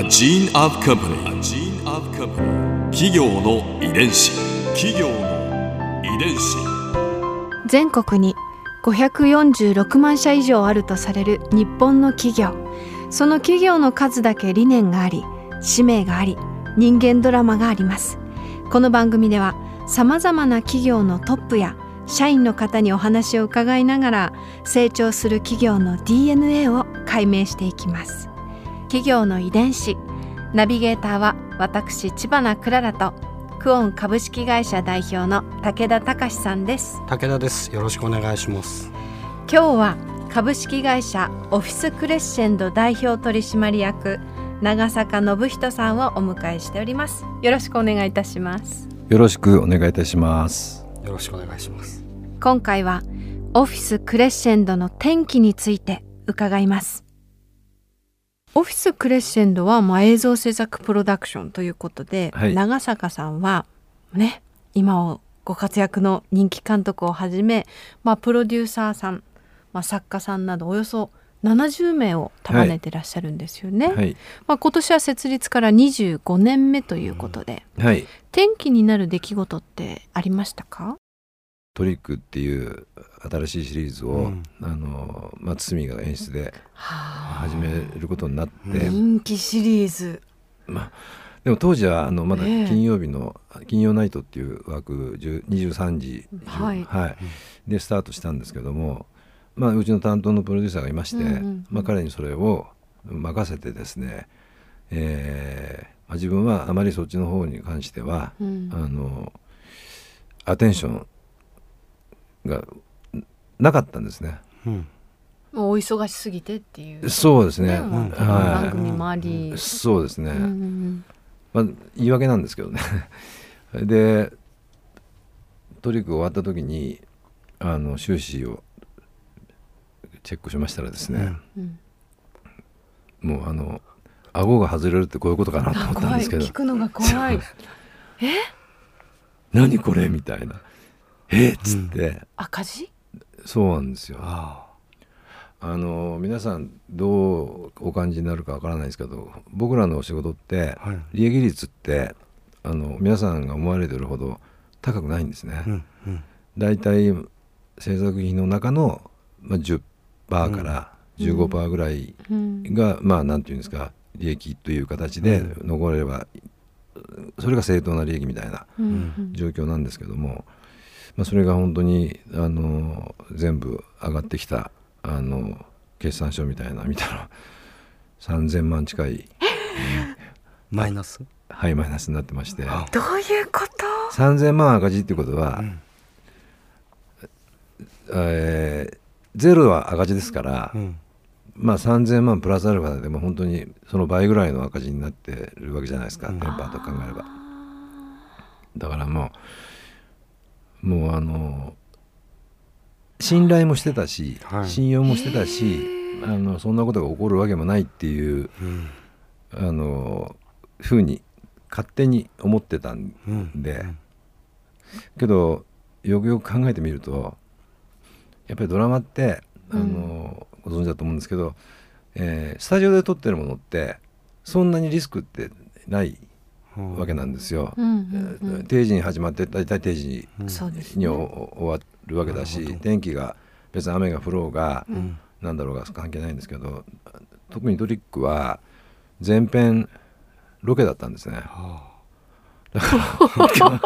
gene of company. A gene of company. 企業の遺伝子。 全国に546万社以上あるとされる日本の企業。その企業の数だけ理念があり、使命があり、人間ドラマがあります。この番組ではさまざまな企業のトップや社員の方にお話を伺いながら、成長する企業の DNA を解明していきます。企業の遺伝子。ナビゲーターは私知花くららと、クオン株式会社代表の武田隆さんです。 武田です。よろしくお願いします。 今日は株式会社オフィスクレッシェンド代表取締役長坂信人さんをお迎えしております。よろしくお願いいたします。 よろしくお願いいたします。 よろしくお願いします。 今回はオフィスクレッシェンドの転機について伺います。オフィスクレッシェンドは映像制作プロダクションということで、 はい、 長坂さんはね、今をご活躍の人気監督をはじめ、プロデューサーさん、作家さんなどおよそ70名を束ねてらっしゃるんですよね。 はい、 今年は設立から25年目ということで、 はい、 転機になる出来事ってありましたか？ トリックっていう新しいシリーズを、堤が演出で始めることになって、 人気シリーズ、 でも当時はまだ金曜日の、金曜ナイトっていう枠23時、でスタートしたんですけども、うちの担当のプロデューサーがいまして、彼にそれを任せてですね、自分はあまりそっちの方に関しては、アテンションがなかったんですね。 もうお忙しすぎてっていう。 そうですね、 番組もあり、 そうですね、言い訳なんですけどねでトリックが終わった時に収支をチェックしましたらですね、もう顎が外れるってこういうことかなと思ったんですけど、 聞くのが怖い何これみたいな、っつって、 赤字？ そうなんですよ。皆さんどうお感じになるかわからないですけど、僕らのお仕事って、利益率って皆さんが思われてるほど高くないんですね。だいたい制作費の中の、10% から15% ぐらいが、なんていうんですか、利益という形で残れれば、それが正当な利益みたいな状況なんですけども、それが本当に全部上がってきた決算書みたいな見たら3000万近いマイナス？ はい、マイナスになってまして。 どういうこと？ 3000 万赤字っていうことは、ゼロは赤字ですから、3000万プラスアルファでも本当にその倍ぐらいの赤字になってるわけじゃないですか、テンパーと考えれば。だからもう信頼もしてたし、信用もしてたし、そんなことが起こるわけもないっていう、ふうに勝手に思ってたんで、けどよくよく考えてみると、やっぱりドラマってご存知だと思うんですけど、スタジオで撮ってるものってそんなにリスクってないわけなんですよ。定時に始まってだいたい定時に終わるわけだし、天気が別に雨が降ろうが、なんだろうが関係ないんですけど、特にトリックは前編ロケだったんですね。だから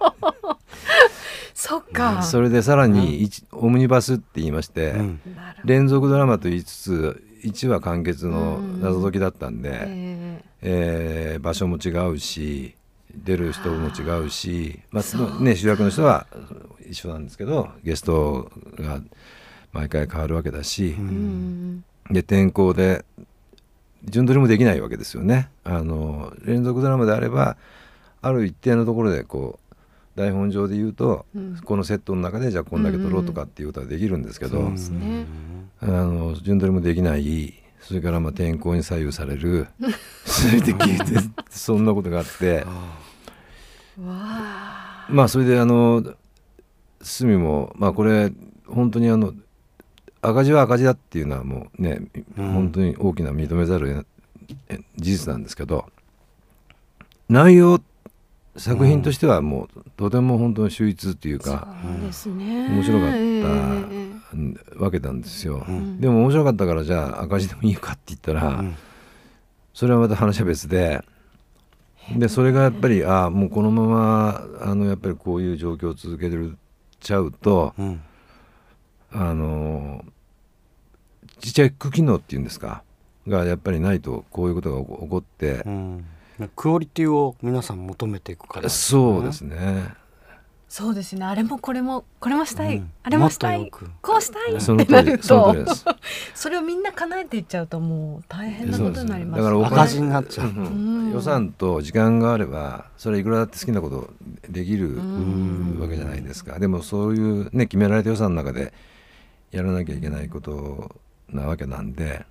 そっか。 それでさらにオムニバスって言いまして、連続ドラマと言いつつ1話完結の謎解きだったんで、場所も違うし出る人も違うし、主役の人は一緒なんですけど、ゲストが毎回変わるわけだし、で天候で順撮りもできないわけですよね。連続ドラマであればある一定のところでこう台本上で言うと、このセットの中でじゃあこんだけ撮ろうとかっていうことはできるんですけど、順撮りもできない、それから天候に左右されるそれで聞いてそんなことがあってそれで堤もこれ本当に赤字は赤字だっていうのはもうね、本当に大きな認めざる事実なんですけど、内容作品としてはもうとても本当に秀逸っていうか、 そうですね、 面白かったわけなんですよ、でも面白かったからじゃあ赤字でもいいかって言ったら、それはまた話は別で、それがやっぱりもうこのままやっぱりこういう状況を続けてちゃうと、自着機能っていうんですかがやっぱりないとこういうことが起こって、 クオリティを皆さん求めていくから、 そうですね。 そうですね。あれもこれもしたい、あれもしたい、こうしたいってなると、それをみんな叶えていっちゃうともう大変なことになります。 だから赤字になっちゃう、 予算と時間があればそれいくらだって好きなことできるわけじゃないですか。でもそういうね決められた予算の中でやらなきゃいけないことなわけなんで、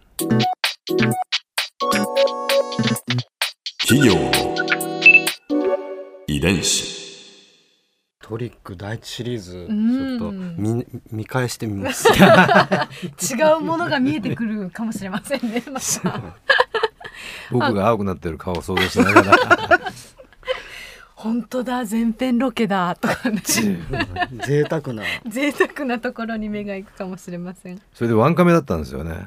企業の遺伝子。 トリック第一シリーズちょっと見返してみます違うものが見えてくるかもしれませんね僕が青くなってる顔を想像しながら本当だ前編ロケだとかね贅沢なところに目が行くかもしれません。 それでワンカメだったんですよね。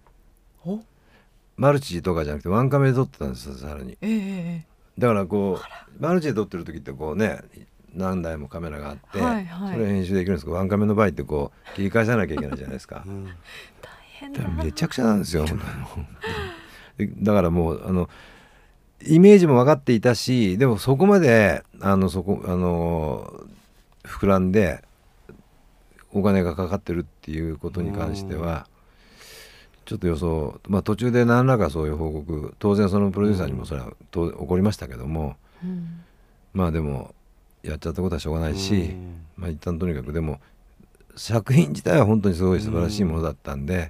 マルチとかじゃなくてワンカメで撮ってたんですよ、さらに、だからこうマルチで撮ってる時ってこうね何台もカメラがあって、それ編集できるんですけど、ワンカメの場合ってこう切り返さなきゃいけないじゃないですか、大変だ。 めちゃくちゃなんですよ本当にだからもうイメージも分かっていたし、でもそこまで膨らんでお金がかかってるっていうことに関してはちょっと予想、途中で何らかそういう報告、当然そのプロデューサーにもそれは起こりましたけども、でもやっちゃったことはしょうがないし、一旦とにかくでも作品自体は本当にすごい素晴らしいものだったんで、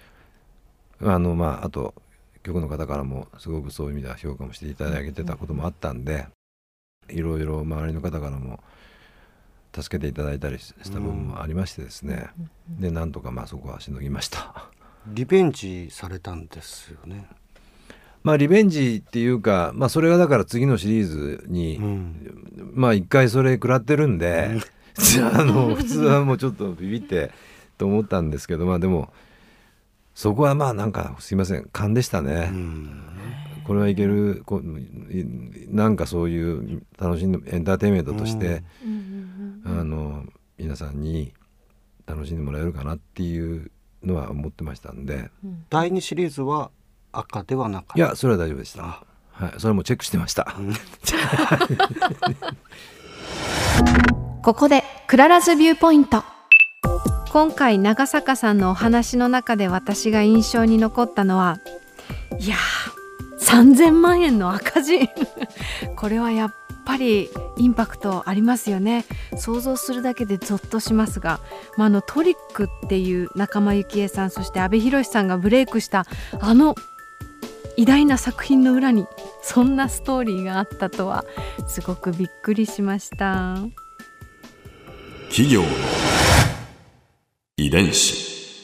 あと局の方からもすごくそういう意味では評価もしていただけてたこともあったんで、いろいろ周りの方からも助けていただいたりした部分もありましてですね、でなんとかそこはしのぎました。 リベンジされたんですよね。 リベンジっていうか、それがだから次のシリーズに、一回それ食らってるんで、普通はもうちょっとビビってと思ったんですけど、でもそこはなんかすいません勘でしたね、これはいけるなんかそういう楽しんでエンターテインメントとして、皆さんに楽しんでもらえるかなっていうのは思ってましたんで、 第2シリーズは赤ではなかった。 いやそれは大丈夫でした。それもチェックしてましたここでクララズビューポイント。今回長坂さんのお話の中で私が印象に残ったのは、いや3000万円の赤字これはやっぱりインパクトありますよね。想像するだけでゾッとしますが、トリックっていう仲間由紀恵さん、そして阿部寛さんがブレイクした偉大な作品の裏にそんなストーリーがあったとはすごくびっくりしました。 企業の遺伝子。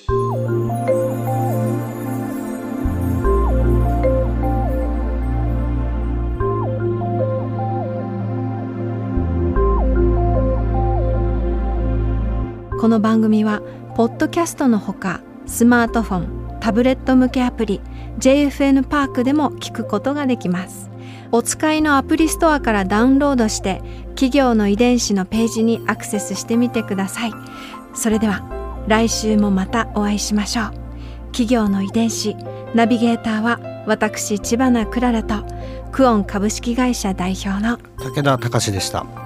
この番組はポッドキャストのほかスマートフォン、タブレット向けアプリ JFN パークでも聞くことができます。お使いのアプリストアからダウンロードして企業の遺伝子のページにアクセスしてみてください。それでは来週もまたお会いしましょう。企業の遺伝子ナビゲーターは私知花くららとクオン株式会社代表の武田隆でした。